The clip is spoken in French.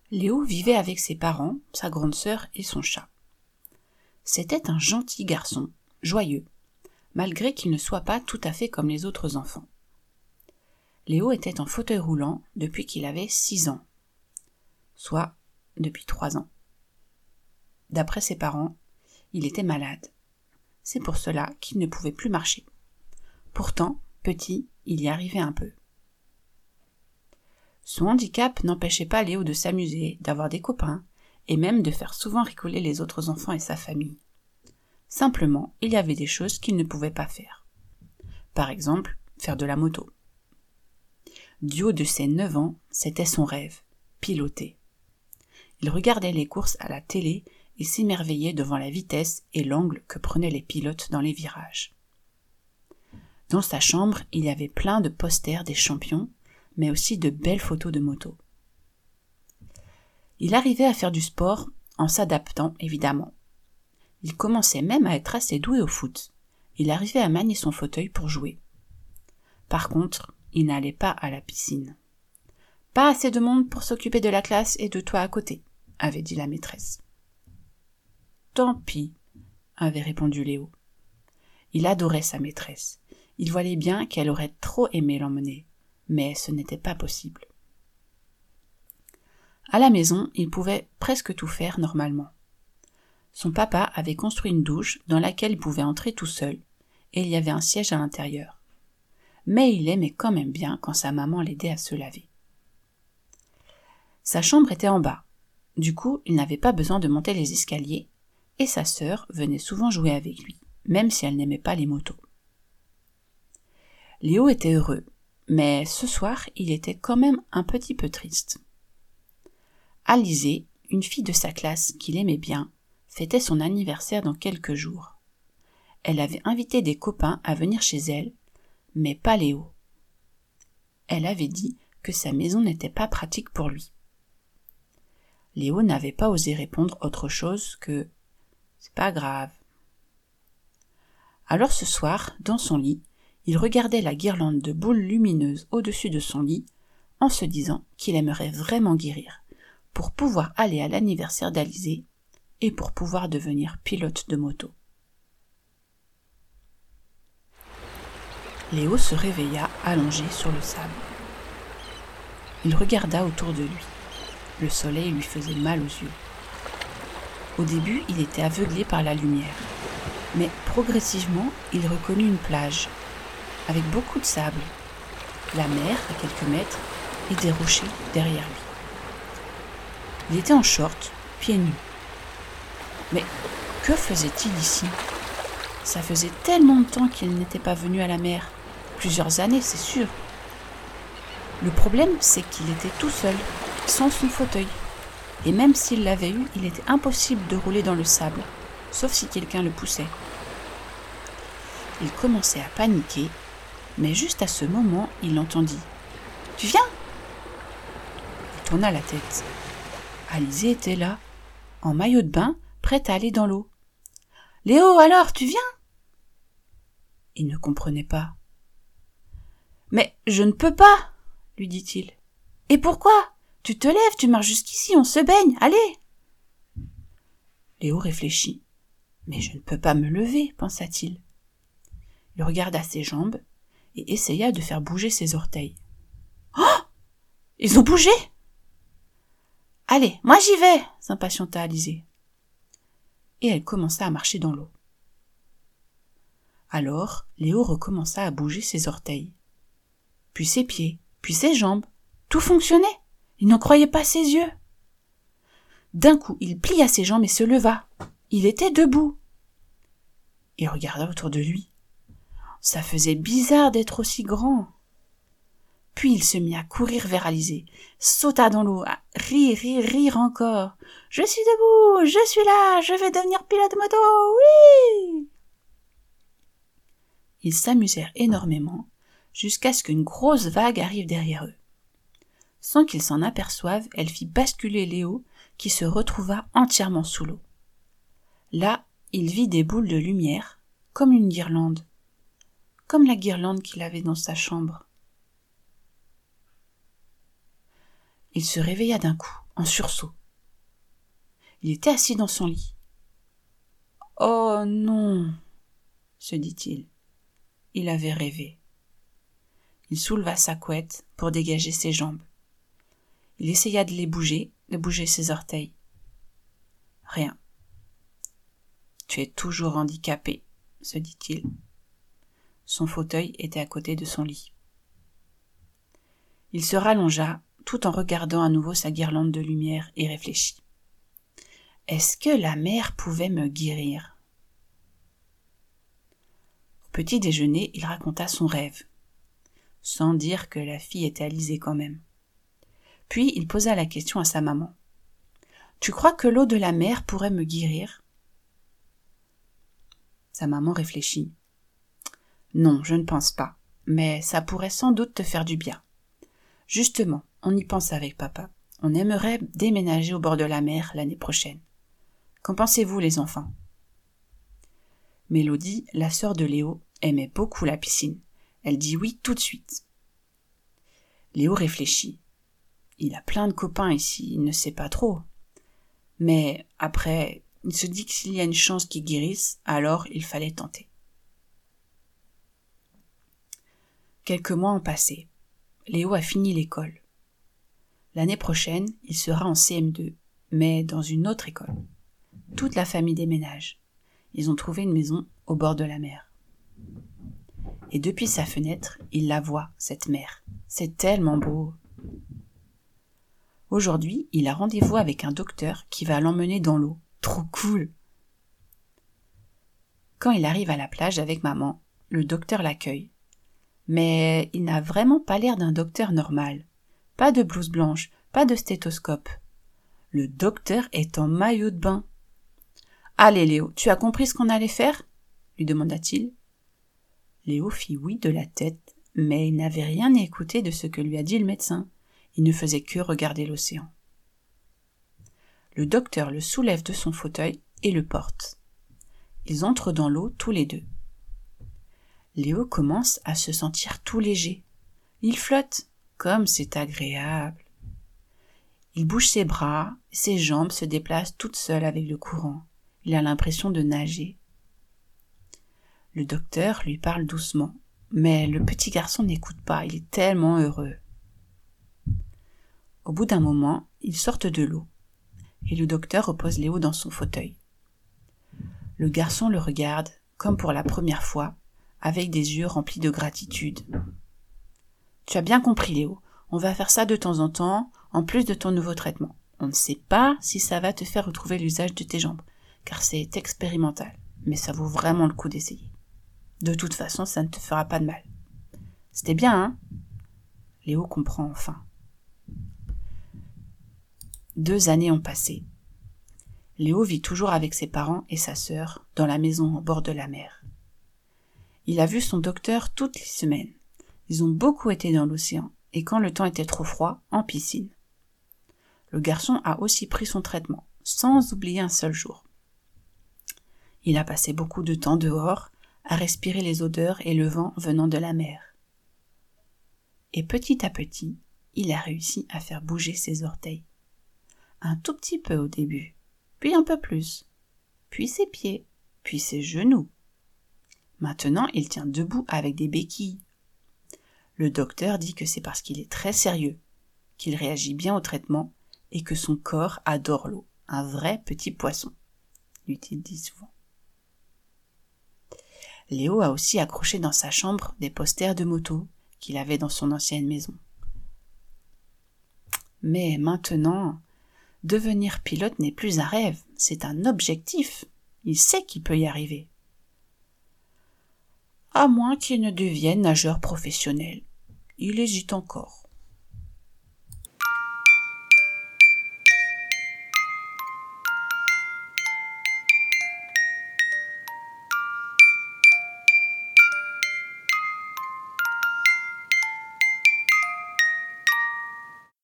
Léo vivait avec ses parents, sa grande sœur et son chat. C'était un gentil garçon, joyeux, malgré qu'il ne soit pas tout à fait comme les autres enfants. Léo était en fauteuil roulant depuis qu'il avait 6 ans, soit depuis 3 ans. D'après ses parents, il était malade. C'est pour cela qu'il ne pouvait plus marcher. Pourtant, petit, il y arrivait un peu. Son handicap n'empêchait pas Léo de s'amuser, d'avoir des copains, et même de faire souvent rigoler les autres enfants et sa famille. Simplement, il y avait des choses qu'il ne pouvait pas faire. Par exemple, faire de la moto. Du haut de ses 9 ans, c'était son rêve, piloter. Il regardait les courses à la télé et s'émerveillait devant la vitesse et l'angle que prenaient les pilotes dans les virages. Dans sa chambre, il y avait plein de posters des champions, mais aussi de belles photos de moto. Il arrivait à faire du sport en s'adaptant, évidemment. Il commençait même à être assez doué au foot. Il arrivait à manier son fauteuil pour jouer. Par contre, il n'allait pas à la piscine. « Pas assez de monde pour s'occuper de la classe et de toi à côté », avait dit la maîtresse. « Tant pis », avait répondu Léo. Il adorait sa maîtresse. Il voyait bien qu'elle aurait trop aimé l'emmener, mais ce n'était pas possible. À la maison, il pouvait presque tout faire normalement. Son papa avait construit une douche dans laquelle il pouvait entrer tout seul, et il y avait un siège à l'intérieur. Mais il aimait quand même bien quand sa maman l'aidait à se laver. Sa chambre était en bas. Du coup, il n'avait pas besoin de monter les escaliers, et sa sœur venait souvent jouer avec lui, même si elle n'aimait pas les motos. Léo était heureux, mais ce soir, il était quand même un petit peu triste. Alizée, une fille de sa classe qu'il aimait bien, fêtait son anniversaire dans quelques jours. Elle avait invité des copains à venir chez elle, mais pas Léo. Elle avait dit que sa maison n'était pas pratique pour lui. Léo n'avait pas osé répondre autre chose que « c'est pas grave ». Alors ce soir, dans son lit, il regardait la guirlande de boules lumineuses au-dessus de son lit, en se disant qu'il aimerait vraiment guérir, pour pouvoir aller à l'anniversaire d'Alizée et pour pouvoir devenir pilote de moto. Léo se réveilla allongé sur le sable. Il regarda autour de lui. Le soleil lui faisait mal aux yeux. Au début, il était aveuglé par la lumière, mais progressivement, il reconnut une plage, avec beaucoup de sable, la mer à quelques mètres et des rochers derrière lui. Il était en short, pieds nus. Mais que faisait-il ici ? Ça faisait tellement de temps qu'il n'était pas venu à la mer. Plusieurs années, c'est sûr. Le problème, c'est qu'il était tout seul, sans son fauteuil. Et même s'il l'avait eu, il était impossible de rouler dans le sable, sauf si quelqu'un le poussait. Il commençait à paniquer, mais juste à ce moment, il entendit « Tu viens ?» Il tourna la tête. Alizée était là, en maillot de bain, prête à aller dans l'eau. « Léo, alors, tu viens ?» Il ne comprenait pas. « Mais je ne peux pas !» lui dit-il. « Et pourquoi ? Tu te lèves, tu marches jusqu'ici, on se baigne, allez !» Léo réfléchit. « Mais je ne peux pas me lever, pensa-t-il. » Il regarda ses jambes et essaya de faire bouger ses orteils. « Oh ! Ils ont bougé !»« Allez, moi j'y vais !» s'impatienta Alizée. Et elle commença à marcher dans l'eau. Alors, Léo recommença à bouger ses orteils. Puis ses pieds, puis ses jambes. Tout fonctionnait. Il n'en croyait pas ses yeux. D'un coup, il plia ses jambes et se leva. Il était debout. Il regarda autour de lui. Ça faisait bizarre d'être aussi grand. Puis il se mit à courir vers Alizée, sauta dans l'eau, à rire encore. « Je suis debout, je suis là, je vais devenir pilote de moto, oui !» Ils s'amusèrent énormément, jusqu'à ce qu'une grosse vague arrive derrière eux. Sans qu'ils s'en aperçoivent, elle fit basculer Léo, qui se retrouva entièrement sous l'eau. Là, il vit des boules de lumière, comme une guirlande, comme la guirlande qu'il avait dans sa chambre. Il se réveilla d'un coup, en sursaut. Il était assis dans son lit. « Oh non !» se dit-il. Il avait rêvé. Il souleva sa couette pour dégager ses jambes. Il essaya de bouger ses orteils. Rien. « Tu es toujours handicapé, » se dit-il. Son fauteuil était à côté de son lit. Il se rallongea tout en regardant à nouveau sa guirlande de lumière et réfléchit. Est-ce que la mer pouvait me guérir ? Au petit déjeuner, il raconta son rêve, sans dire que la fille était alisée quand même. Puis il posa la question à sa maman. « Tu crois que l'eau de la mer pourrait me guérir ?» Sa maman réfléchit. « Non, je ne pense pas, mais ça pourrait sans doute te faire du bien. Justement, on y pense avec papa. On aimerait déménager au bord de la mer l'année prochaine. Qu'en pensez-vous, les enfants ?» Mélodie, la sœur de Léo, aimait beaucoup la piscine. Elle dit oui tout de suite. Léo réfléchit. Il a plein de copains ici, il ne sait pas trop. Mais après, il se dit que s'il y a une chance qu'ils guérissent, alors il fallait tenter. Quelques mois ont passé. Léo a fini l'école. L'année prochaine, il sera en CM2, mais dans une autre école. Toute la famille déménage. Ils ont trouvé une maison au bord de la mer. Et depuis sa fenêtre, il la voit, cette mer. C'est tellement beau. Aujourd'hui, il a rendez-vous avec un docteur qui va l'emmener dans l'eau. Trop cool! Quand il arrive à la plage avec maman, le docteur l'accueille. Mais il n'a vraiment pas l'air d'un docteur normal. Pas de blouse blanche, pas de stéthoscope. Le docteur est en maillot de bain. « Allez Léo, tu as compris ce qu'on allait faire ?» lui demanda-t-il. Léo fit oui de la tête, mais il n'avait rien écouté de ce que lui a dit le médecin. Il ne faisait que regarder l'océan. Le docteur le soulève de son fauteuil et le porte. Ils entrent dans l'eau tous les deux. Léo commence à se sentir tout léger. Il flotte, comme c'est agréable. Il bouge ses bras, ses jambes se déplacent toutes seules avec le courant. Il a l'impression de nager. Le docteur lui parle doucement, mais le petit garçon n'écoute pas, il est tellement heureux. Au bout d'un moment, ils sortent de l'eau, et le docteur repose Léo dans son fauteuil. Le garçon le regarde, comme pour la première fois, avec des yeux remplis de gratitude. « Tu as bien compris, Léo, on va faire ça de temps en temps, en plus de ton nouveau traitement. On ne sait pas si ça va te faire retrouver l'usage de tes jambes, car c'est expérimental, mais ça vaut vraiment le coup d'essayer. De toute façon, ça ne te fera pas de mal. C'était bien, hein ?» Léo comprend enfin. 2 années ont passé. Léo vit toujours avec ses parents et sa sœur dans la maison au bord de la mer. Il a vu son docteur toutes les semaines. Ils ont beaucoup été dans l'océan et quand le temps était trop froid, en piscine. Le garçon a aussi pris son traitement, sans oublier un seul jour. Il a passé beaucoup de temps dehors à respirer les odeurs et le vent venant de la mer. Et petit à petit, il a réussi à faire bouger ses orteils. Un tout petit peu au début, puis un peu plus, puis ses pieds, puis ses genoux. Maintenant, il tient debout avec des béquilles. Le docteur dit que c'est parce qu'il est très sérieux, qu'il réagit bien au traitement et que son corps adore l'eau, un vrai petit poisson, lui-t-il dit souvent. Léo a aussi accroché dans sa chambre des posters de moto qu'il avait dans son ancienne maison. Mais maintenant, devenir pilote n'est plus un rêve, c'est un objectif. Il sait qu'il peut y arriver. À moins qu'il ne devienne nageur professionnel. Il hésite encore.